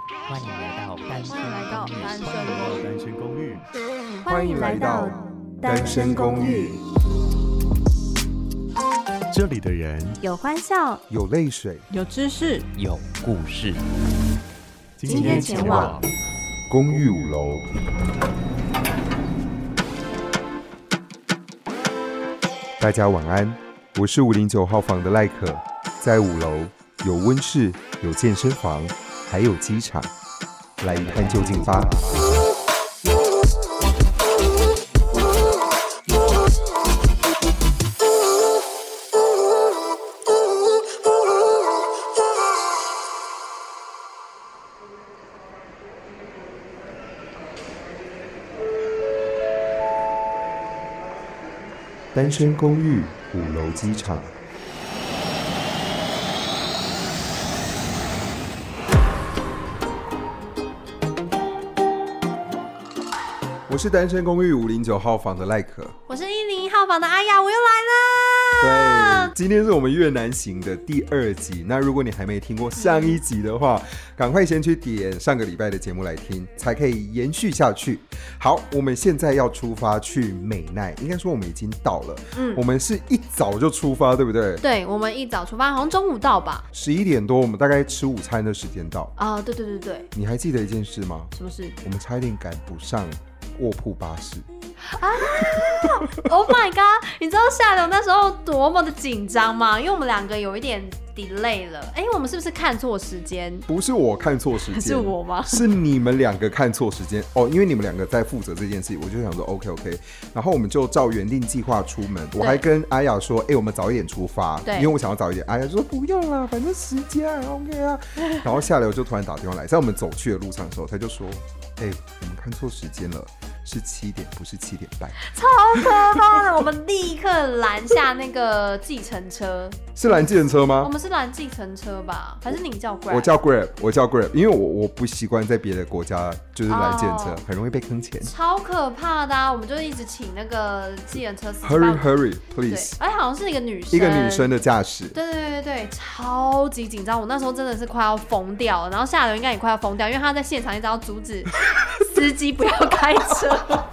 欢迎来到单身公寓。 欢迎来到单身公寓。 这里的人有欢笑， 有泪水， 有知识， 有故事。 今天前往公寓5楼。大家晚安，我是509号房的赖可，在5楼有温室，有健身房，还有机场，来一探究竟吧。单身公寓5楼机场。我是单身公寓509号房的赖可， 我是101号房的阿雅，我又来了。 对，今天是我们越南行的第2集。那如果你还没听过上一集的话，赶快先去点上个礼拜的节目来听，才可以延续下去。好，我们现在要出发去美奈，应该说我们已经到了。我们是一早就出发，对不对？ 对，我们一早出发，好像中午到吧 ？11点多，我们大概吃午餐的时间到。 对对对对。 你还记得一件事吗？ 什么事？ 我们差一点赶不上卧铺巴士。 Oh my god！ 你知道下流那时候多么的紧张吗？因为我们两个有一点 delay 了。我们是不是看错时间？ 不是我看错时间， 是我吗？ 是你们两个看错时间哦，因为你们两个在负责这件事，我就想说 OK， 然后我们就照原定计划出门。我还跟阿雅说，我们早一点出发，因为我想要早一点。阿雅就说不用啦，反正时间还 OK 啊。然后下流就突然打电话来，在我们走去的路上的时候，他就说，我们看错时间了。是7点，不是7点半， 超可怕的！我们立刻拦下那个计程车， 是拦计程车吗？ 我们是拦计程车吧？还是你叫 Grab？ 我叫 Grab， 因为我不习惯在别的国家就是拦计程车，很容易被坑钱， 超可怕的啊！我们就一直请那个计程车司机 Hurry please， 而且好像是一个女生的驾驶， 对，超级紧张，我那时候真的是快要疯掉了，然后下流应该也快要疯掉，因为他在现场一直要阻止司机不要开车。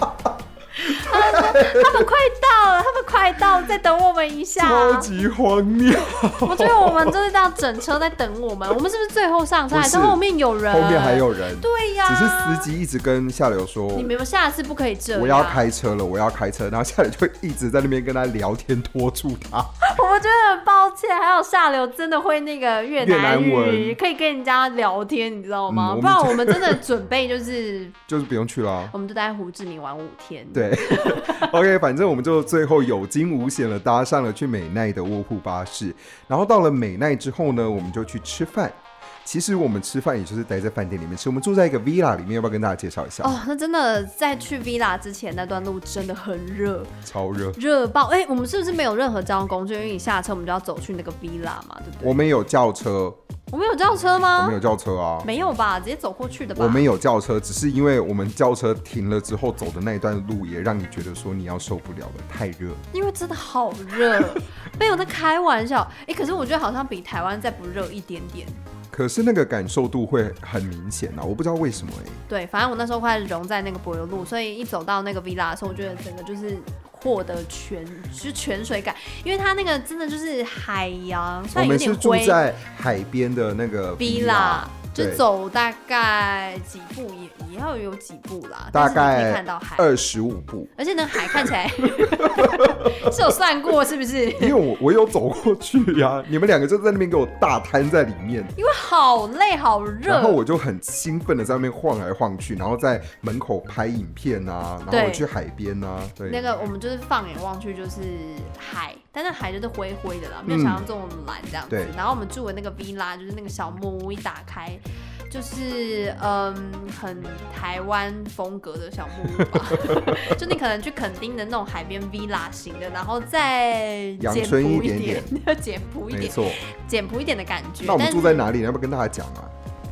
他们快到了，再等我们一下。 超级荒谬！ 我觉得我们就是要整车在等我们。我们是不是最后上车？还是后面有人？ 后面还有人。 对呀。 只是司机一直跟下流说：“ 你们下次不可以这样。” 我要开车了，我要开车。然后下流就一直在那边跟他聊天，拖住他。 我觉得很抱歉，还有下流真的会那个越南语，可以跟人家聊天，你知道吗？不然我们真的准备就是不用去了， 我们就在胡志明玩5天。 对，OK， 反正我们就最后有惊无险的搭上了去美奈的卧铺巴士，然后到了美奈之后呢，我们就去吃饭。其实我们吃饭也就是待在饭店里面吃，我们住在一个 villa 里面，要不要跟大家介绍一下？ 那真的在去 villa 之前那段路真的很热， 超热爆！我们是不是没有任何交通工具？因为你下车我们就要走去那个 villa 嘛，对不对？ 我们有轿车。 我们有轿车吗？ 我们有轿车啊。 没有吧，直接走过去的吧。 我们有轿车，只是因为我们轿车停了之后走的那一段路，也让你觉得说你要受不了了，太热。 因为真的好热，没有在开玩笑。可是我觉得好像比台湾再不热一点点。 可是那个感受度会很明显啊，我不知道为什么对，反正我那时候快融在那个柏油路，所以一走到那个 villa 的时候，我觉得整个就是获得泉水感，因为它那个真的就是海洋，虽然有点灰。 我们是住在海边的那个 villa。 就走大概几步也要有几步啦， 大概但是你可以看到海 25步， 而且那海看起来是有算过是不是？ 因为我有走过去呀，你们两个就在那边给我大瘫在里面， 因为好累好热， 然后我就很兴奋的在那边晃来晃去，然后在门口拍影片啊，然后我去海边啊，对， 那个我们就是放眼望去就是海，但是海就是灰灰的啦，没有想象中蓝这样子。 对， 然后我们住的那个 villa 就是那个小木屋一打开。就是很台湾风格的小木屋吧，就你可能去垦丁的那种海边 villa 型的，然后再简朴一点，简朴一点， 没错， 简朴一点的感觉。 那我们住在哪里？要不要跟大家讲啊？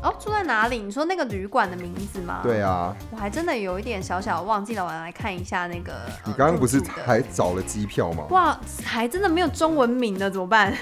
哦，住在哪里？你说那个旅馆的名字吗？ 对啊， 我还真的有一点小小忘记了，我来看一下那个。 你刚刚不是还找了机票吗？ 哇，还真的没有中文名呢，怎么办？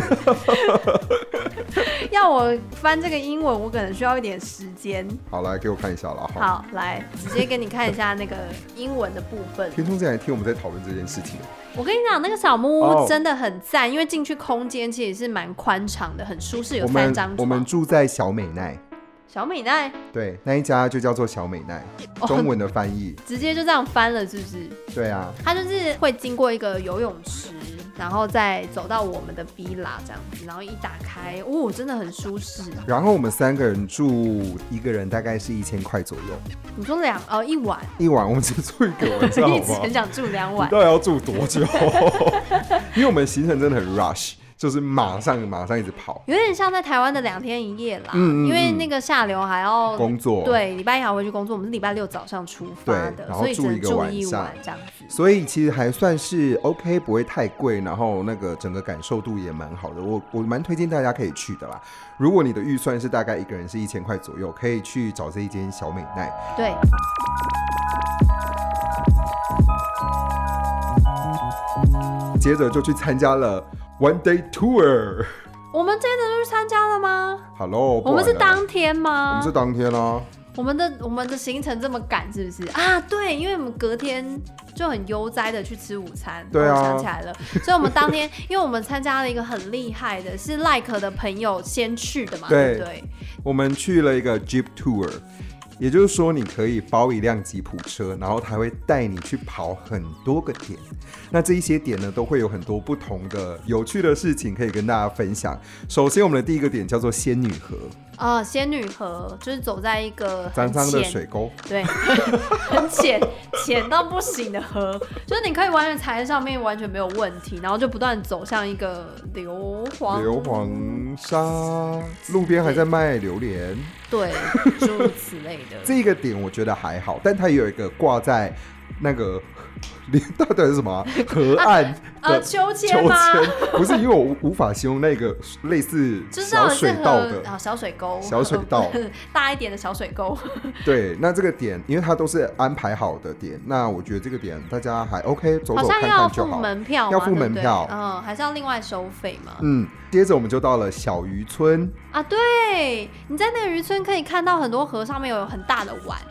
要我翻这个英文，我可能需要一点时间。 好，来给我看一下了。 好，来直接给你看一下那个英文的部分。 听众竟然听我们在讨论这件事情。 我跟你讲，那个小木屋真的很赞，因为进去空间其实是蛮宽敞的，很舒适，有3张床。 我们住在小美奈。 小美奈？ 对，那一家就叫做小美奈，中文的翻译。 直接就这样翻了，是不是？ 对啊。 它就是会经过一个游泳池，然后再走到我们的 villa 这样子，然后一打开，真的很舒适。 然后我们3个人住，一个人大概是1000块左右。 你说一晚？ 一晚我们只住1个晚上，好不好？ 一直很想住2晚。 你到底要住多久？因为我们行程真的很 rush。就是马上一直跑， 有点像在台湾的2天1夜啦。因为那个下流还要工作， 对，礼拜1还回去工作。我们是礼拜6早上出发的， 然后住一个晚上这样子。 所以其实还算是 OK， 不会太贵，然后那个整个感受度也蛮好的。我蛮推荐大家可以去的啦。如果你的预算是大概一个人是1000块左右，可以去找这一间小美奈。 对。 接着就去参加了 One Day Tour。 我们接着就去参加了吗 ？Hello， 我们是当天吗？ 我们是当天啊。 我们的行程这么赶，是不是啊？对，因为我们隔天就很悠哉的去吃午餐。 对啊， 我想起来了，所以我们当天，因为我们参加了一个很厉害的，是 Like 的朋友先去的嘛，对不对？ 我们去了一个 Jeep Tour。也就是说，你可以包一辆吉普车，然后它会带你去跑很多个点。那这一些点呢，都会有很多不同的有趣的事情可以跟大家分享。首先，我们的第一个点叫做仙女河。 仙女河就是走在一个脏脏的水沟， 对，很浅到不行的河，就是你可以完全踩在上面，完全没有问题，然后就不断走向一个硫磺沙，路边还在卖榴莲， 对，诸如此类的。 这个点我觉得还好，但它有一个挂在那个到底是什么河岸的秋千吗？ 不是，因为我无法形容那个类似小水道的小水沟， 小水道大一点的小水沟。 对，那这个点因为它都是安排好的点，那我觉得这个点大家还 OK， 走走看看就好。 要付门票吗？ 要付门票， 还是要另外收费吗？ 接着我们就到了小渔村啊，对，你在那个渔村可以看到很多河上面有很大的碗。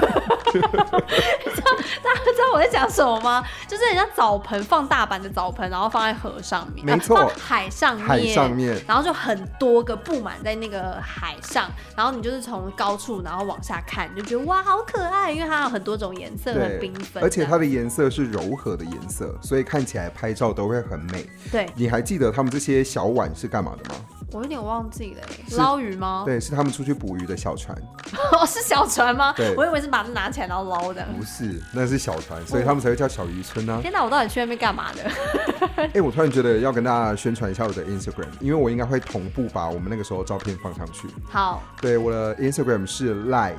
大家知道我在讲什么吗？就是人家澡盆，放大版的澡盆，然后放在河上面， 没错， 放海上面，然后就很多个布满在那个海上，然后你就是从高处然后往下看，你就觉得哇好可爱，因为它有很多种颜色，很缤纷， 而且它的颜色是柔和的颜色，所以看起来拍照都会很美。 对， 你还记得他们这些小碗是干嘛的吗？ 我有点忘记了，捞鱼吗？ 对，是他们出去捕鱼的小船。 是小船吗？ 对， 我以为是把它拿起来然后捞的。 不是，那是小船，所以他们才会叫小渔村啊。 天哪，我到底去那边干嘛的？ 我突然觉得要跟大家宣传一下我的 Instagram， 因为我应该会同步把我们那个时候照片放上去。 好， 对，我的 Instagram 是 lie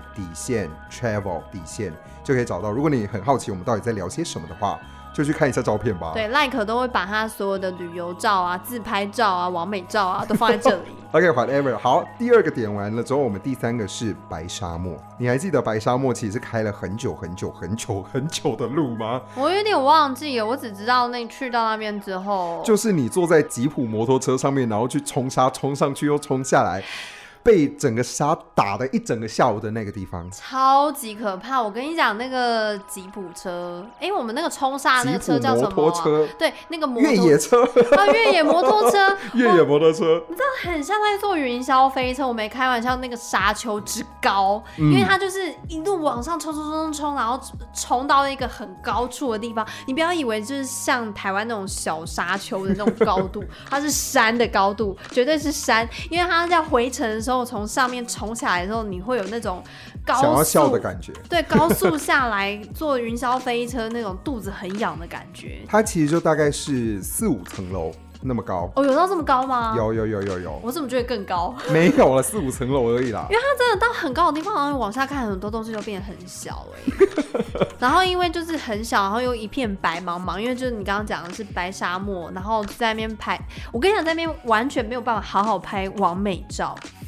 travel 就可以找到。如果你很好奇我们到底在聊些什么的话，就去看一下照片吧。 对 ，Like 都会把他所有的旅游照啊、自拍照啊、网美照啊都放在这里。 OK， whatever。好，第二个点完了之后，我们第3个是白沙漠。你还记得白沙漠其实是开了很久的路吗？ 我有点忘记了，我只知道去到那边之后， 就是你坐在吉普摩托车上面，然后去冲沙，冲上去又冲下来。被整个沙打的一整个下午的那个地方， 超级可怕。我跟你讲，那个吉普车，我们那个冲沙那个车叫什么？ 摩托车， 对，那个越野车越野摩托车， 越野摩托车， 你知道很像在坐云霄飞车。我没开玩笑，那个沙丘之高，因为它就是一路往上冲，然后冲到一个很高处的地方。你不要以为就是像台湾那种小沙丘的那种高度，它是山的高度，绝对是山，因为它在回程的时候。从上面冲下来的时候，你会有那种高速想要笑的感觉。 对，高速下来坐云霄飞车那种肚子很痒的感觉。 它其实就大概是4-5层楼那么高。 有到这么高吗？ 有。 我怎么觉得更高？ 没有了4-5层楼而已啦。 因为它真的到很高的地方，然后往下看很多东西都变得很小然后因为就是很小，然后又一片白茫茫，因为就是你刚刚讲的是白沙漠，然后在那边拍，我跟你讲，在那边完全没有办法好好拍完美照。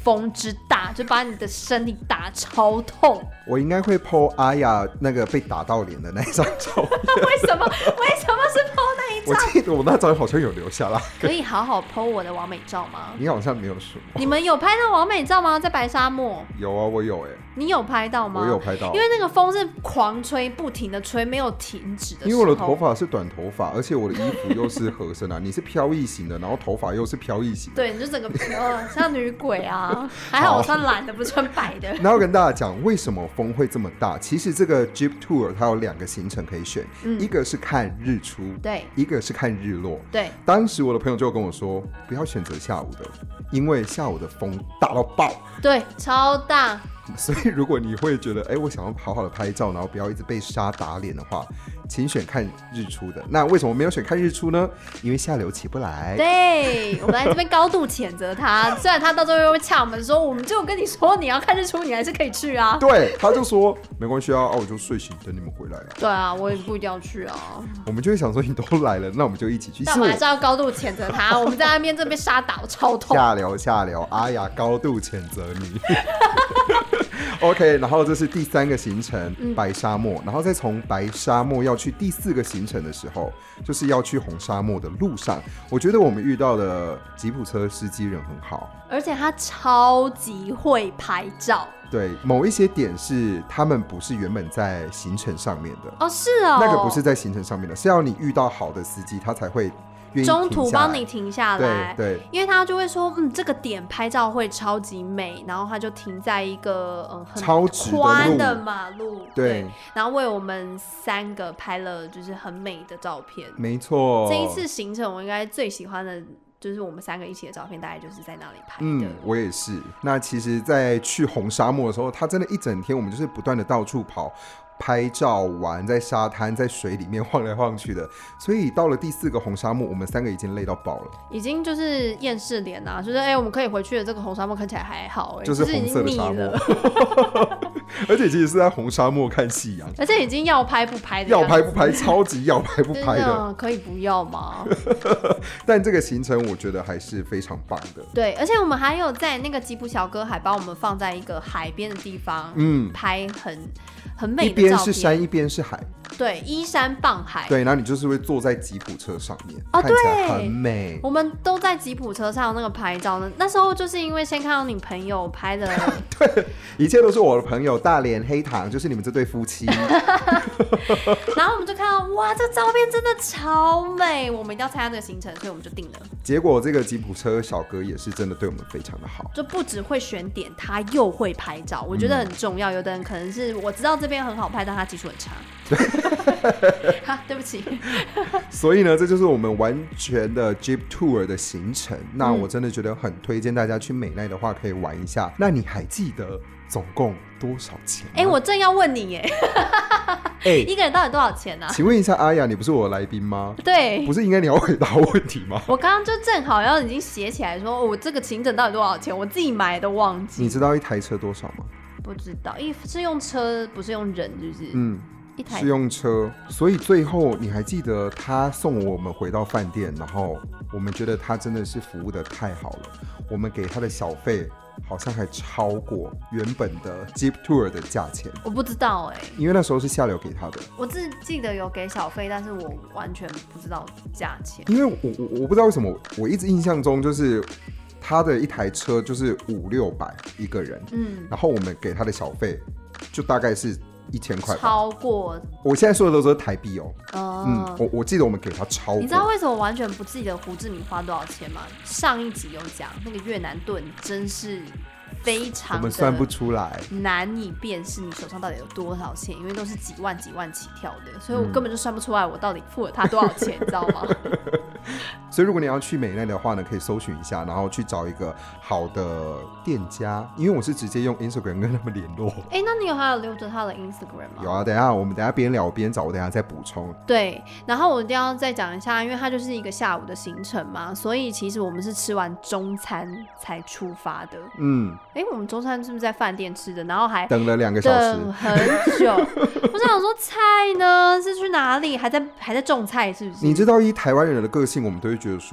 风之大，就把你的身体打超痛。 我应该会 po 阿雅那个被打到脸的那一张照片。 为什么是 po 那一张？ 我记得我那张好像有留下来。 可以好好 po 我的完美照吗？ 你好像没有说。 你们有拍到完美照吗？在白沙漠？ 有啊，我有你有拍到吗？ 我有拍到， 因为那个风是狂吹，不停的吹，没有停止的时候。 因为我的头发是短头发，而且我的衣服又是合身啊。你是飘逸型的，然后头发又是飘逸型的。 对，你就整个像女鬼啊。还好我穿蓝的，不穿白的。 然后跟大家讲为什么风会这么大。其实这个 Jeep Tour 它有2个行程可以选，一个是看日出， 对， 一个是看日落， 对。 当时我的朋友就跟我说，不要选择下午的，因为下午的风大到爆， 对，超大。 所以如果你会觉得我想要好好的拍照，然后不要一直被沙打脸的话，请选看日出的。那为什么没有选看日出呢？因为下流起不来。 对，我们来这边高度谴责他。虽然他到最后又会呛我们说，我们就跟你说你要看日出，你还是可以去啊。 对，他就说没关系啊，我就睡醒等你们回来啊。 对啊，我也不一定要去啊。 我们就会想说你都来了，那我们就一起去。 但我们还是要高度谴责他。我们在那边被沙打，我超痛。 下流，阿雅高度谴责你。OK， 然后这是第3个行程，白沙漠，然后再从白沙漠要去第4个行程的时候，就是要去红沙漠的路上，我觉得我们遇到的吉普车司机人很好， 而且他超级会拍照。 对，某一些点是他们不是原本在行程上面的。 哦，是哦， 那个不是在行程上面的，是要你遇到好的司机，他才会中途帮你停下来， 对， 因为他就会说，这个点拍照会超级美，然后他就停在一个很宽的马路， 对， 然后为我们3个拍了就是很美的照片。 没错， 这一次行程我应该最喜欢的就是我们3个一起的照片，大概就是在那里拍的。 我也是。那其实，在去红沙漠的时候，他真的一整天，我们就是不断的到处跑。拍照玩，在沙滩在水里面晃来晃去的，所以到了第4个红沙漠，我们3个已经累到爆了， 已经就是厌世脸啊，就是我们可以回去的这个红沙漠看起来还好， 就是红色的沙漠，而且其实是在红沙漠看夕阳， 而且已经要拍不拍的， 要拍不拍，超级要拍不拍的， 可以不要吗？ 但这个行程我觉得还是非常棒的。 对，而且我们还有在那个吉普小哥还把我们放在一个海边的地方，拍很美的照片， 一边是山一边是海， 对，依山傍海， 对，然后你就是会坐在吉普车上面，看起来很美。 我们都在吉普车上那个拍照呢，那时候就是因为先看到你朋友拍的， 对，一切都是我的朋友大连黑糖，就是你们这对夫妻。 然后我们就看到，哇，这照片真的超美，我们一定要参加这个行程，所以我们就定了。 结果这个吉普车小哥也是真的对我们非常的好， 就不只会选点，他又会拍照，我觉得很重要。有的人可能是我知道这边很好拍，但他技术很差。对不起。 所以呢，这就是我们完全的 Jeep Tour 的行程。那我真的觉得很推荐大家去美奈的话，可以玩一下。那你还记得总共多少钱吗？ 我正要问你耶。一个人到底多少钱啊？ 请问一下阿雅，你不是我的来宾吗？ 对， 不是应该你要回答问题吗？ 我刚刚就正好已经写起来说，我这个行程到底多少钱？我自己买都忘记。 你知道一台车多少吗？ 不知道，是用车不是用人，是不是？一台是用车，所以最后你还记得他送我们回到饭店，然后我们觉得他真的是服务的太好了，我们给他的小费好像还超过原本的 Jeep Tour 的价钱。 我不知道因为那时候是下流给他的。 我只记得有给小费，但是我完全不知道价钱。 因为我不知道为什么，我一直印象中就是他的一台车就是500-600一个人，然后我们给他的小费就大概是1000块， 超过。 我现在说的都是台币我记得我们给他超过。 你知道为什么我完全不记得胡志明花多少钱吗？上一集有讲那个越南盾真是非常的， 我们算不出来， 难以辨识你手上到底有多少钱，因为都是几万几万起跳的，所以我根本就算不出来我到底付了他多少钱，你知道吗？ 所以如果你要去美奈的话呢，可以搜寻一下，然后去找一个好的店家，因为我是直接用 Instagram 跟他们联络。 那你还有留着他的 Instagram 吗？ 有啊，我们等一下边聊边找，我等一下再补充。 对，然后我一定要再讲一下，因为它就是一个下午的行程嘛，所以其实我们是吃完中餐才出发的。我们中餐是不是在饭店吃的？然后还等了2个小时， 等很久。我想说菜呢是去哪里？还在种菜是不是？ 你知道以台湾人的个性，我们都会觉得说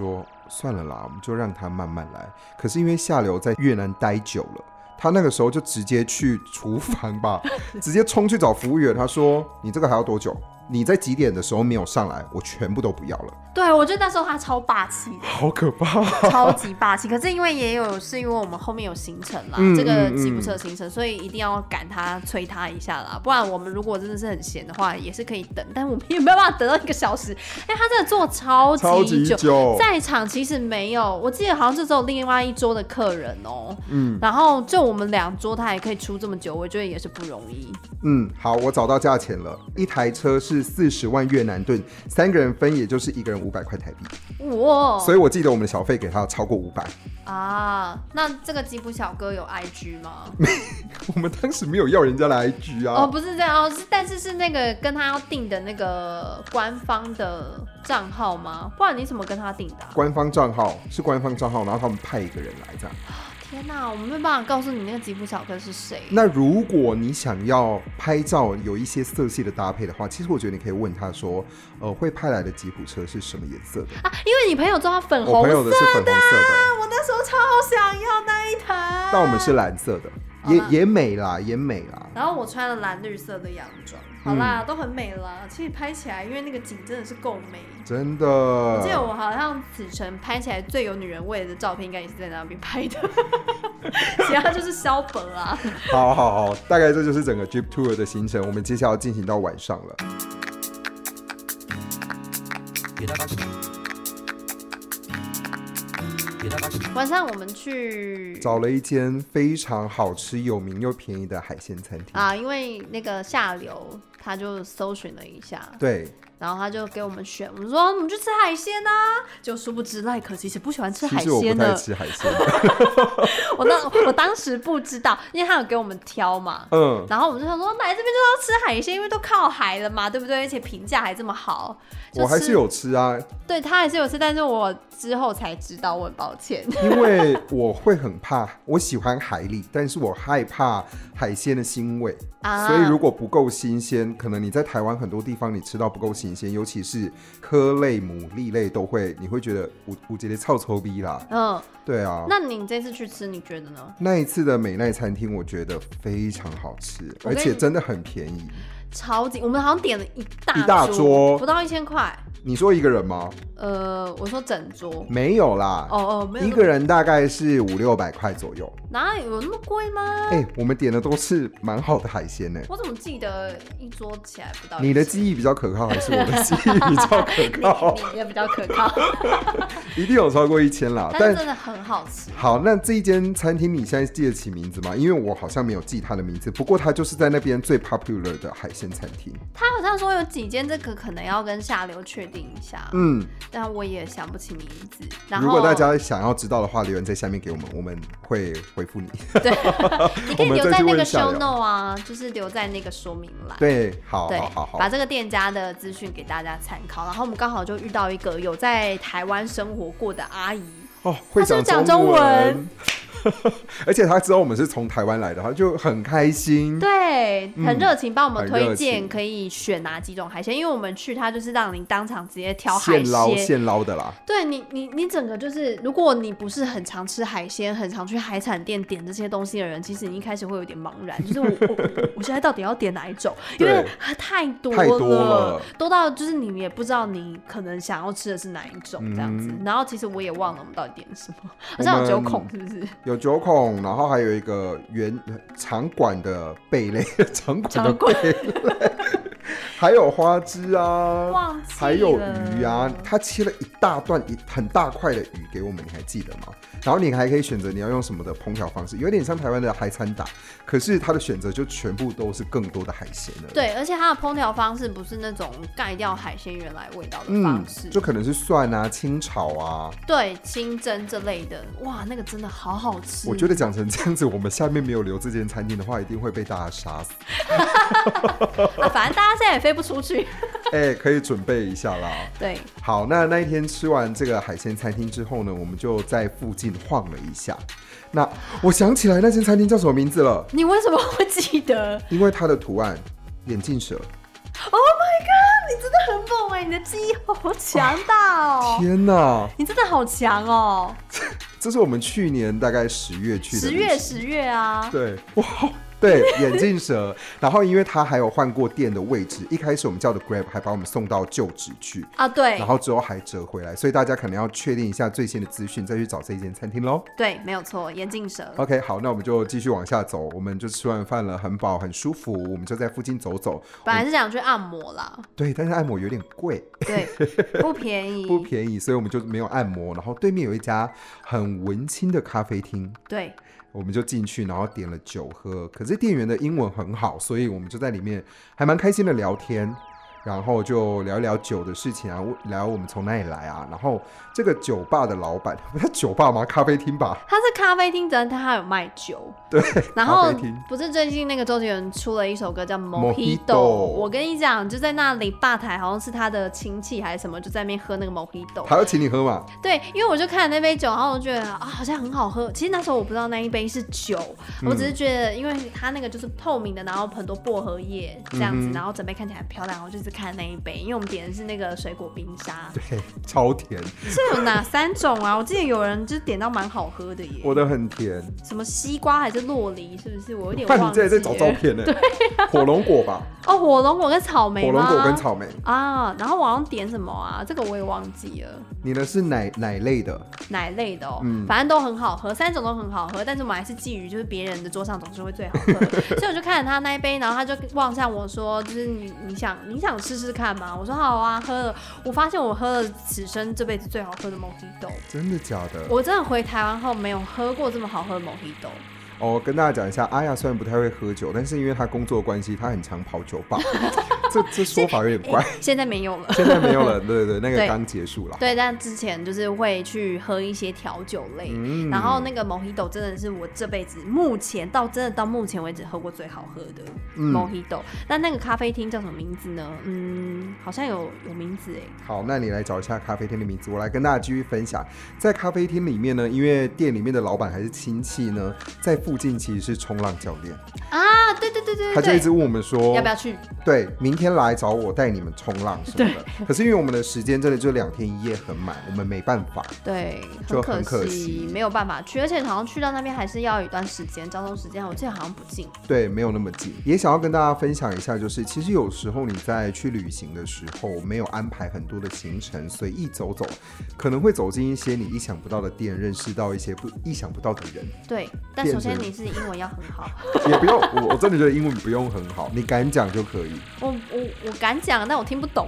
算了啦，我们就让他慢慢来。可是因为下流在越南待久了，他那个时候就直接去厨房吧，直接冲去找服务员，他说你这个还要多久？你在几点的时候没有上来，我全部都不要了。 对，我觉得那时候他超霸气的， 好可怕， 超级霸气。可是因为是因为我们后面有行程啦，这个吉普车行程，所以一定要赶他催他一下啦，不然我们如果真的是很闲的话，也是可以等，但我们也没有办法等到1个小时，因为他真的坐超级久，在场其实没有，我记得好像是只有另外一桌的客人哦，然后就我们2桌，他还可以出这么久，我觉得也是不容易。 好，我找到价钱了，一台车是40万越南盾，3个人分，也就是1个人500块台币。 哇！ 所以我记得我们的小费给他超过500 啊。那这个吉普小哥有 IG 吗？ 我们当时没有要人家的 IG 啊。 哦，不是这样哦，但是那个跟他要订的那个官方的账号吗？不然你怎么跟他订的官方账号是官方账号，然后他们派1个人来这样。 天哪，我们没办法告诉你那个吉普小哥是谁。 那如果你想要拍照有一些色系的搭配的话，其实我觉得你可以问他说，会派来的吉普车是什么颜色的啊？ 因为你朋友装粉红色的， 我朋友的是粉红色的， 我那时候超想要那一台。 但我们是蓝色的，也美啦，也美啦。 然后我穿了蓝绿色的洋装，好啦，都很美啦。其实拍起来，因为那个景真的是够美，真的。我记得我好像此程拍起来最有女人味的照片，应该也是在那边拍的。其他就是消本啊。 好，大概这就是整个 Jeep Tour 的行程。我们接下来要进行到晚上了。 晚上我们去找了一间非常好吃、有名又便宜的海鲜餐厅啊，因为那个下流他就搜寻了一下， 对。 然后他就给我们选，我们说我们去吃海鲜啊，就殊不知赖可其实不喜欢吃海鲜的。 其实我不太吃海鲜我当时不知道，因为他有给我们挑嘛，然后我们就想说来这边就要吃海鲜，因为都靠海了嘛，对不对？而且评价还这么好， 我还是有吃啊。 对，他还是有吃，但是我之后才知道，我很抱歉。 因为我会很怕，我喜欢海里，但是我害怕海鲜的腥味啊，所以如果不够新鲜，可能你在台湾很多地方你吃到不够新鲜，尤其是科类、牡蛎类都会，你会觉得有一个臭臭逼啦。对啊。 那你这次去吃，你觉得呢？ 那一次的美奈餐厅，我觉得非常好吃，而且真的很便宜。 超级，我们好像点了一大桌， 不到1000块。 你说一个人吗？ 我说整桌。 没有啦。没有。一个人大概是500-600块左右。哪有那么贵吗？ 我们点的都是蛮好的海鲜呢。 我怎么记得一桌起来不到？ 你的记忆比较可靠，还是我的记忆比较可靠？ 你的比较可靠。 一定有超过1000啦， 但是真的很好吃。 好，那这一间餐厅你现在记得起名字吗？因为我好像没有记它的名字，不过它就是在那边最 popular 的海鲜餐厅。 他好像说有几间，这个可能要跟下流确定一下。但我也想不起名字。然后如果大家想要知道的话，留言在下面给我们，我们会回复你。 对，你可以留在那个 show note 啊，就是留在那个说明栏。 对，好， 把这个店家的资讯给大家参考。然后我们刚好就遇到一个有在台湾生活过的阿姨， 会讲中文。而且他知道我们是从台湾来的，他就很开心， 对，很热情，帮我们推荐可以选哪几种海鲜，因为我们去他就是让你当场直接挑海鲜， 现捞的啦。对你整个就是，如果你不是很常吃海鲜，很常去海产店点这些东西的人，其实你一开始会有点茫然，就是我现在到底要点哪一种？因为太多了，多到就是你也不知道你可能想要吃的是哪一种这样子。然后其实我也忘了我们到底点什么，好像有9孔是不是？ 有9孔，然后还有一个长管的贝类，长管的贝类，还有花枝啊，还有鱼啊，他切了一大段很大块的鱼给我们，你还记得吗？然后你还可以选择你要用什么的烹调方式，有点像台湾的海产打，可是它的选择就全部都是更多的海鲜了。 对，而且它的烹调方式不是那种盖掉海鲜原来味道的方式， 就可能是蒜啊、清炒啊， 对，清蒸这类的，哇，那个真的好好吃。 我觉得讲成这样子，我们下面没有留这间餐厅的话，一定会被大家杀死。 反正大家现在也飞不出去。 可以准备一下啦。 对， 好，那一天吃完这个海鲜餐厅之后呢，我们就在附近晃了一下。那我想起来那间餐厅叫什么名字了？ 你为什么会记得？ 因为它的图案眼镜蛇。 Oh my god！ 你真的很猛你的记忆好强大哦！ 天哪， 你真的好强哦！ 这是我们去年大概10月去的 10月啊， 对，哇。对，眼镜蛇，然后因为他还有换过店的位置，一开始我们叫的 Grab 还把我们送到旧址去啊，对， 然后之后还折回来，所以大家可能要确定一下最新的资讯，再去找这一间餐厅咯。 对，没有错，眼镜蛇。 OK， 好，那我们就继续往下走，我们就吃完饭了，很饱很舒服，我们就在附近走走。 本来是想去按摩啦， 对，但是按摩有点贵， 对，不便宜， 不便宜，所以我们就没有按摩。然后对面有一家很文青的咖啡厅， 对。 我们就进去，然后点了酒喝。可是店员的英文很好，所以我们就在里面还蛮开心的聊天，然后就聊一聊酒的事情啊，聊我们从哪里来啊。然后这个酒吧的老板，他酒吧吗？咖啡厅吧？ 他是咖啡厅，但他还有卖酒。 对， 然后不是最近那个周杰伦出了一首歌叫 Mojito， 我跟你讲，就在那里吧台好像是他的亲戚还是什么，就在那边喝那个 Mojito。 他要请你喝嘛？ 对，因为我就看了那杯酒，然后我就觉得啊，好像很好喝。其实那时候我不知道那一杯是酒，我只是觉得，因为它那个就是透明的，然后很多薄荷叶这样子，然后整杯看起来很漂亮，我就一直看那一杯，因为我们点的是那个水果冰沙， 对，超甜。 是有哪3种啊？我记得有人就是点到蛮好喝的耶。 我的很甜， 什么西瓜还是洛梨，是不是？我有点忘记了。 你这在找照片呢？对、啊，火龙果吧？ 哦，火龙果跟草莓吗？ 火龙果跟草莓啊。然后我好像点什么啊？这个我也忘记了。 你的是奶类的？ 奶类的哦，反正都很好喝，3种都很好喝，但是我们还是觊觎就是别人的桌上总是会最好喝，所以我就看着他那一杯，然后他就望向我说，就是你想试试看吗？我说好啊，喝了，我发现我喝了此生这辈子最好喝的 Mojito。 真的假的？ 我真的回台湾后没有喝过这么好喝的 Mojito。 哦，跟大家讲一下，阿亚虽然不太会喝酒，但是因为他工作的关系，他很常跑酒吧。这说法有点怪。 现在没有了， 现在没有了，对对对，那个刚结束了。 对，但之前就是会去喝一些调酒类，然后那个 Mojito 真的是我这辈子真的到目前为止喝过最好喝的 Mojito。那个咖啡厅叫什么名字呢？好像有名字哎。好， 那你来找一下咖啡厅的名字，我来跟大家继续分享。在咖啡厅里面呢，因为店里面的老板还是亲戚呢，在附近其实是冲浪教练啊，对对对对， 他就一直问我们说要不要去？ 对，明天来找我带你们冲浪什么的。可是因为我们的时间真的就2天1夜很满，我们没办法。 对， 就很可惜没有办法去，而且好像去到那边还是要有一段时间，交通时间我记得好像不近。 对，没有那么近。也想要跟大家分享一下，就是其实有时候你在去旅行的时候，没有安排很多的行程，随意走走，可能会走进一些你意想不到的店，认识到一些意想不到的人。 对，但首先你是英文要很好， 也不用，我真的觉得英文不用很好，你敢讲就可以。 我敢讲，但我听不懂。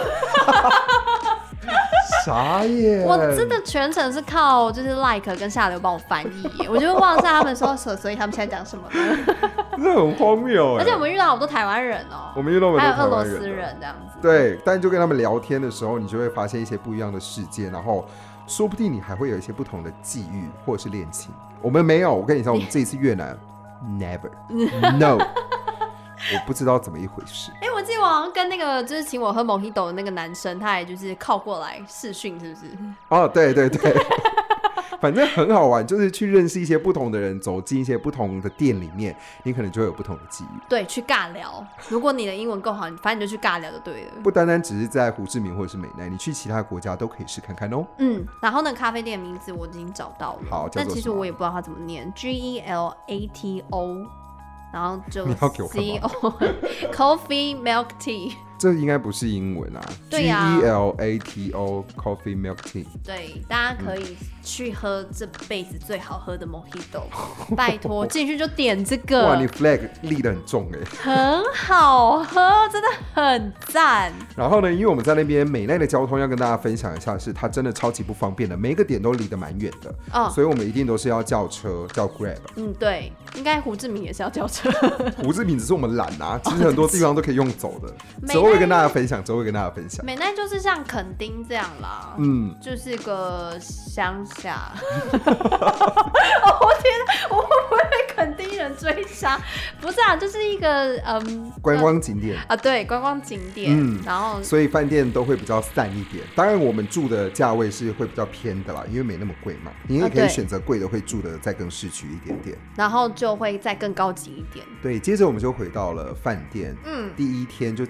傻眼！ 我真的全程是靠就是 like 跟下流帮我翻译，我就忘下他们说所以他们现在讲什么呢？ 这很荒谬。 而且我们遇到好多台湾人哦， 我们遇到还有俄罗斯人这样子。 对，但就跟他们聊天的时候，你就会发现一些不一样的世界，然后说不定你还会有一些不同的际遇或者是恋情。我们没有，我跟你说，我们这一次越南 never no。我不知道怎么一回事。 我记得我好像跟那个就是请我喝 Mojito 的那个男生，他也就是靠过来视讯，是不是？ 哦，对对对，反正很好玩，就是去认识一些不同的人，走进一些不同的店里面，你可能就会有不同的际遇。 对，去尬聊。如果你的英文够好，反正你就去尬聊就对了。 不单单只是在胡志明或者是美奈，你去其他国家都可以试看看哦。 然后那个咖啡店的名字我已经找到了， 好， 但其实我也不知道它怎么念 ，GELATO。然后就 CO Coffee Milk Tea， 这应该不是英文啊。 对啊 GELATO Coffee Milk Tea。 对，大家可以去喝这辈子最好喝的 Mojito， 拜托进去就点这个。 哇，你 flag 立得很重哎， 很好喝，真的很赞。 然后呢，因为我们在那边美奈的交通要跟大家分享一下，是它真的超级不方便的，每一个点都离得蛮远的，所以我们一定都是要叫车，叫 Grab。 对，应该胡志明也是要叫车。 胡志明只是我们懒啊，其实很多地方都可以用走的。之后会跟大家分享，美奈就是像垦丁这样啦，就是个乡下。我天，我会不会被垦丁人追杀？不是啊，就是一个观光景点啊，对，观光景点。然后所以饭店都会比较散一点。当然，我们住的价位是会比较偏的啦，因为没那么贵嘛。你也可以选择贵的，会住的再更市区一点点， 然后就会再更高级一点。 对，接着我们就回到了饭店。第一天就结束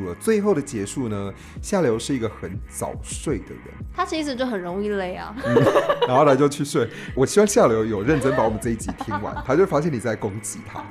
束了。最后的结束呢，夏流是一个很早睡的人， 他其实就很容易累啊。 然后来就去睡。我希望夏流有认真把我们这一集听完，他就发现你在攻击他。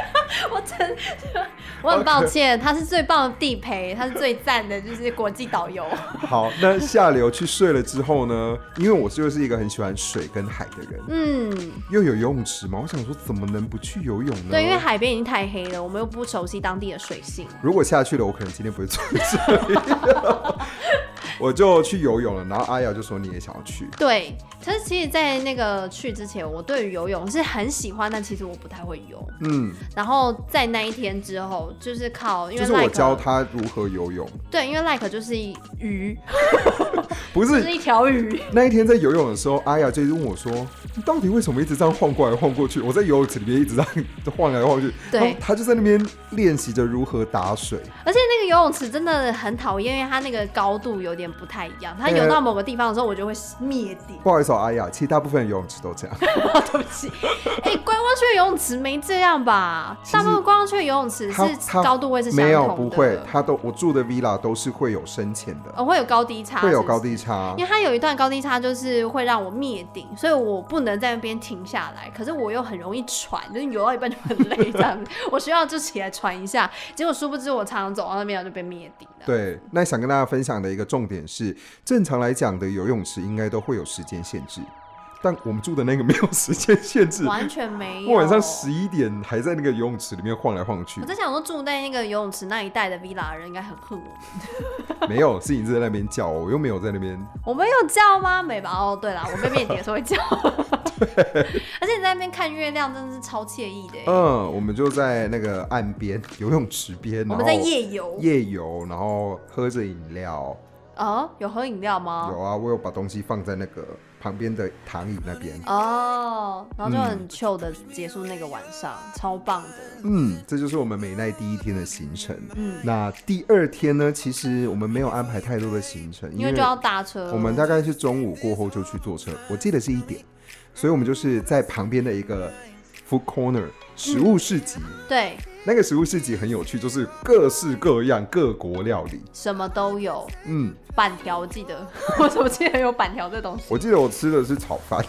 我很抱歉，他是最棒的地陪，他是最赞的，就是国际导游。 好，那夏流去睡了之后呢？因为我就是一个很喜欢水跟海的人，又有游泳池嘛，我想说怎么能不去游泳呢？ 对，因为海边已经太黑了，我们又不熟悉当地的水性。 如果下去了，我可能今天不会坐在这里。我就去游泳了，然后阿雅就说你也想要去。 对，可是其实，在那个去之前，我对于游泳是很喜欢，但其实我不太会游。然后在那一天之后，就是靠，因为就是我教他如何游泳。 对，因为 Like 就是鱼， 不是， 就是一条鱼。 那一天在游泳的时候，阿雅就问我说：“你到底为什么一直这样晃过来晃过去？”我在游泳池里面一直这样晃来晃去， 对， 他就在那边练习着如何打水。 而且那个游泳池真的很讨厌，因为它那个高度有点不太一样。它游到某个地方的时候，我就会灭顶。 不好意思，阿雅，其实大部分的游泳池都这样。 对不起，观光区的游泳池没这样吧？大部分观光区的游泳池是高度会是相同的。 没有，不会，我住的 villa 都是会有深浅的。 会有高低差， 会有高低差， 因为它有一段高低差，就是会让我灭顶，所以我不能在那边停下来。可是我又很容易喘，就是游到一半就很累这样子，我需要就起来喘一下。结果殊不知我常常走到那边就被灭顶了。 对，那想跟大家分享的一个重点是，正常来讲的游泳池应该都会有时间限制。但我们住的那个没有时间限制， 完全没有。 我晚上11点还在那个游泳池里面晃来晃去。 我在想说，住在那个游泳池那一带的 villa 人应该很恨我们。 没有，是你在那边叫我又没有在那边。 我们有叫吗？没吧？哦，对啦，我被灭顶的时候会叫。而且你在那边看月亮，真的是超惬意的。 我们就在那个岸边游泳池边， 我们在夜游， 然后喝着饮料。 有喝饮料吗？ 有啊，我有把东西放在那个旁边的躺椅那边。 然后就很 chill 的结束那个晚上，超棒的。 这就是我们美奈第一天的行程。那第二天呢？其实我们没有安排太多的行程， 因为就要搭车。 我们大概是中午过后就去坐车，我记得是1点，所以我们就是在旁边的一个 food corner 食物市集。 对。 那个食物市集很有趣，就是各式各样各国料理， 什么都有。板条记得，我怎么记得有板条这东西？ 我记得我吃的是炒饭。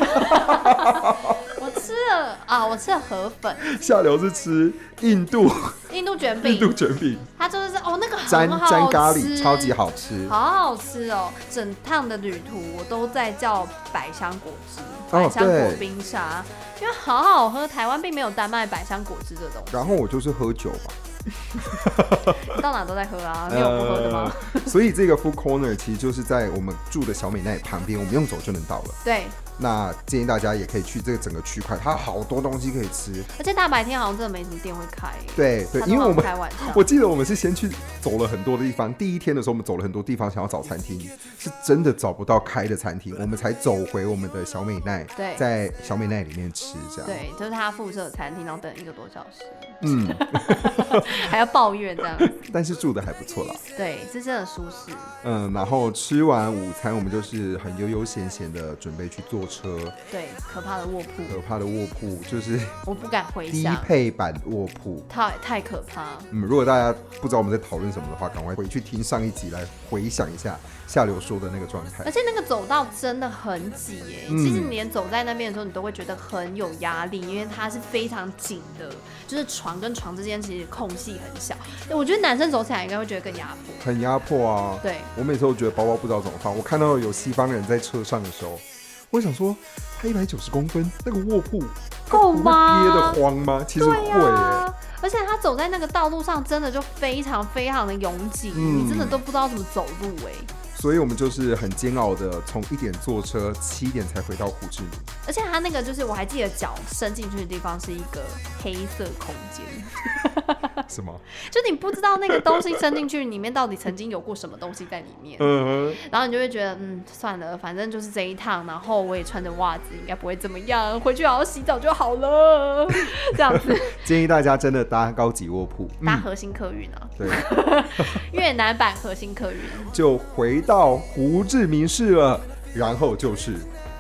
我吃了河粉。 下流是吃印度卷饼。它就是那个很好吃， 沾咖喱，超级好吃， 好好吃哦！整趟的旅途我都在叫百香果汁、百香果冰沙，因为好好喝。台湾并没有单卖百香果汁这东西。 然后我就是喝酒吧。 到哪都在喝啊，没有不喝的吗？ 所以这个 food corner 其实就是在我们住的小美奈旁边，我们用走就能到了。 对。 那建议大家也可以去这个整个区块，它好多东西可以吃， 而且大白天好像真的没什么店会开。 对，因为我们开晚上， 我记得我们是先去走了很多的地方。第一天的时候，我们走了很多地方，想要找餐厅，是真的找不到开的餐厅，我们才走回我们的小美奈， 对， 在小美奈里面吃这样。 对，就是他附设的餐厅，然后等1个多小时，还要抱怨这样子。 但是住的还不错啦。 对，是真的舒适。 然后吃完午餐，我们就是很悠悠闲闲的准备去坐车。 对，可怕的卧铺就是我不敢回想低配版卧铺， 太可怕。 如果大家不知道我们在讨论什么的话，赶快回去听上一集来回想一下下流说的那个状态。 而且那个走道真的很挤耶，其实你连走在那边的时候，你都会觉得很有压力，因为它是非常紧的，就是床跟床之间其实空隙很小。我觉得男生走起来应该会觉得更压迫， 很压迫啊。 对， 我每次都觉得包包不知道怎么放。我看到有西方人在车上的时候，我想说他190公分，那个卧铺够吗？ 憋得慌吗？其实会耶。 而且他走在那个道路上，真的就非常非常的拥挤，你真的都不知道怎么走路哎。 所以我们就是很煎熬的，从1点坐车，7点才回到胡志明。 而且他那个就是我还记得脚伸进去的地方是一个黑色空间。 什么？ 就你不知道那个东西伸进去里面到底曾经有过什么东西在里面。然后你就会觉得算了，反正就是这一趟，然后我也穿着袜子，应该不会怎么样，回去好好洗澡就好了。这样子。 建议大家真的搭高级卧铺， 搭核心客运啊。 对。 越南版核心客运。 就回到胡志明市了，然后就是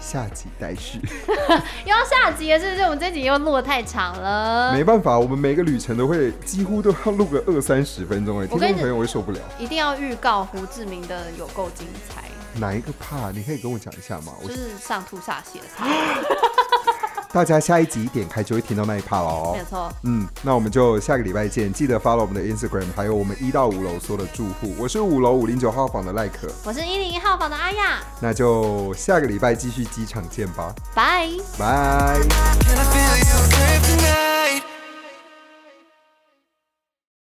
下集待续。 又要下集了，是不是？我们这集又录得太长了。 没办法，我们每个旅程都会几乎都要录个20-30分钟，听众朋友会受不了。 一定要预告胡志明的有够精彩。 哪一个怕？你可以跟我讲一下吗？ 就是上吐下泻的怕。 大家下一集一点开就会听到那一 part 了没错。 那我们就下个礼拜见，记得 follow 我们的 Instagram， 还有我们1到5楼所有的住户。我是5楼509号房的赖可， 我是101号房的阿雅。 那就下个礼拜继续机场见吧， 拜拜。